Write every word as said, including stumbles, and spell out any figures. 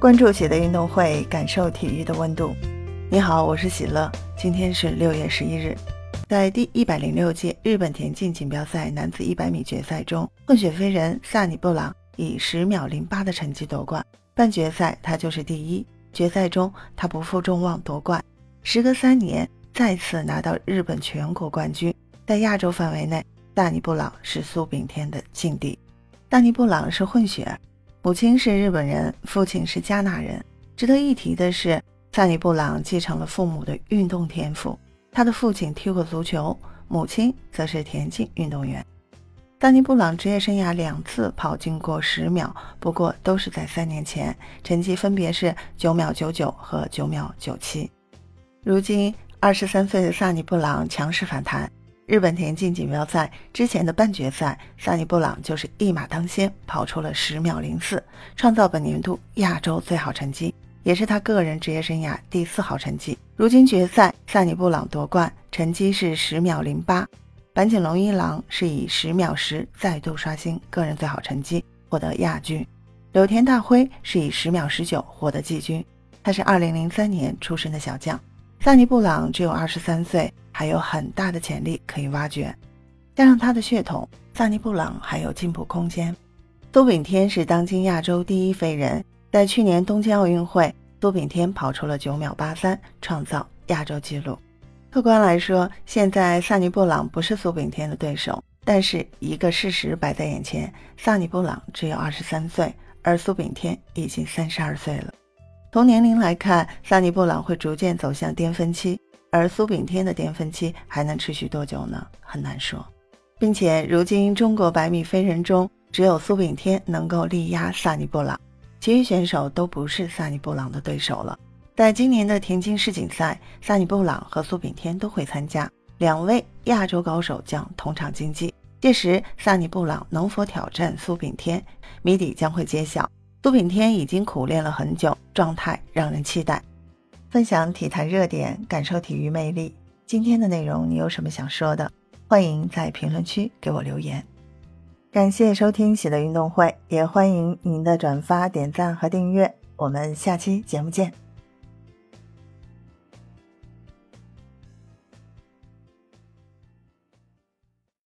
关注喜乐运动会，感受体育的温度。你好，我是喜乐，今天是六月十一日。在第一百零六届日本田径锦标赛男子一百米决赛中，混血飞人萨尼布朗以十秒零八的成绩夺冠，半决赛他就是第一，决赛中他不负众望夺冠，时隔三年再次拿到日本全国冠军。在亚洲范围内，萨尼布朗是苏炳添的劲敌。萨尼布朗是混血儿，母亲是日本人，父亲是加纳人。值得一提的是，萨尼布朗继承了父母的运动天赋，他的父亲踢过足球，母亲则是田径运动员。萨尼布朗职业生涯两次跑进过十秒，不过都是在三年前，成绩分别是九秒九九和九秒九七。如今二十三岁的萨尼布朗强势反弹，日本田径锦标赛之前的半决赛，萨尼布朗就是一马当先，跑出了十秒零四，创造本年度亚洲最好成绩，也是他个人职业生涯第四好成绩。如今决赛，萨尼布朗夺冠，成绩是十秒零八，坂井隆一郎是以十秒十再度刷新个人最好成绩，获得亚军。柳田大辉是以十秒十九获得季军，他是二零零三年出生的小将。萨尼布朗只有二十三岁，还有很大的潜力可以挖掘，加上他的血统，萨尼布朗还有进步空间。苏炳添是当今亚洲第一飞人，在去年东京奥运会，苏炳添跑出了九秒八三，创造亚洲纪录。客观来说，现在萨尼布朗不是苏炳添的对手，但是一个事实摆在眼前，萨尼布朗只有二十三岁，而苏炳添已经三十二岁了。从年龄来看，萨尼布朗会逐渐走向巅峰期，而苏炳添的巅峰期还能持续多久呢？很难说。并且如今中国百米飞人中，只有苏炳添能够力压萨尼布朗，其余选手都不是萨尼布朗的对手了。在今年的田径世锦赛，萨尼布朗和苏炳添都会参加，两位亚洲高手将同场竞技，届时萨尼布朗能否挑战苏炳添，谜底将会揭晓。苏炳添已经苦练了很久，状态让人期待。分享体坛热点，感受体育魅力。今天的内容你有什么想说的？欢迎在评论区给我留言。感谢收听喜乐运动会，也欢迎您的转发、点赞和订阅。我们下期节目见。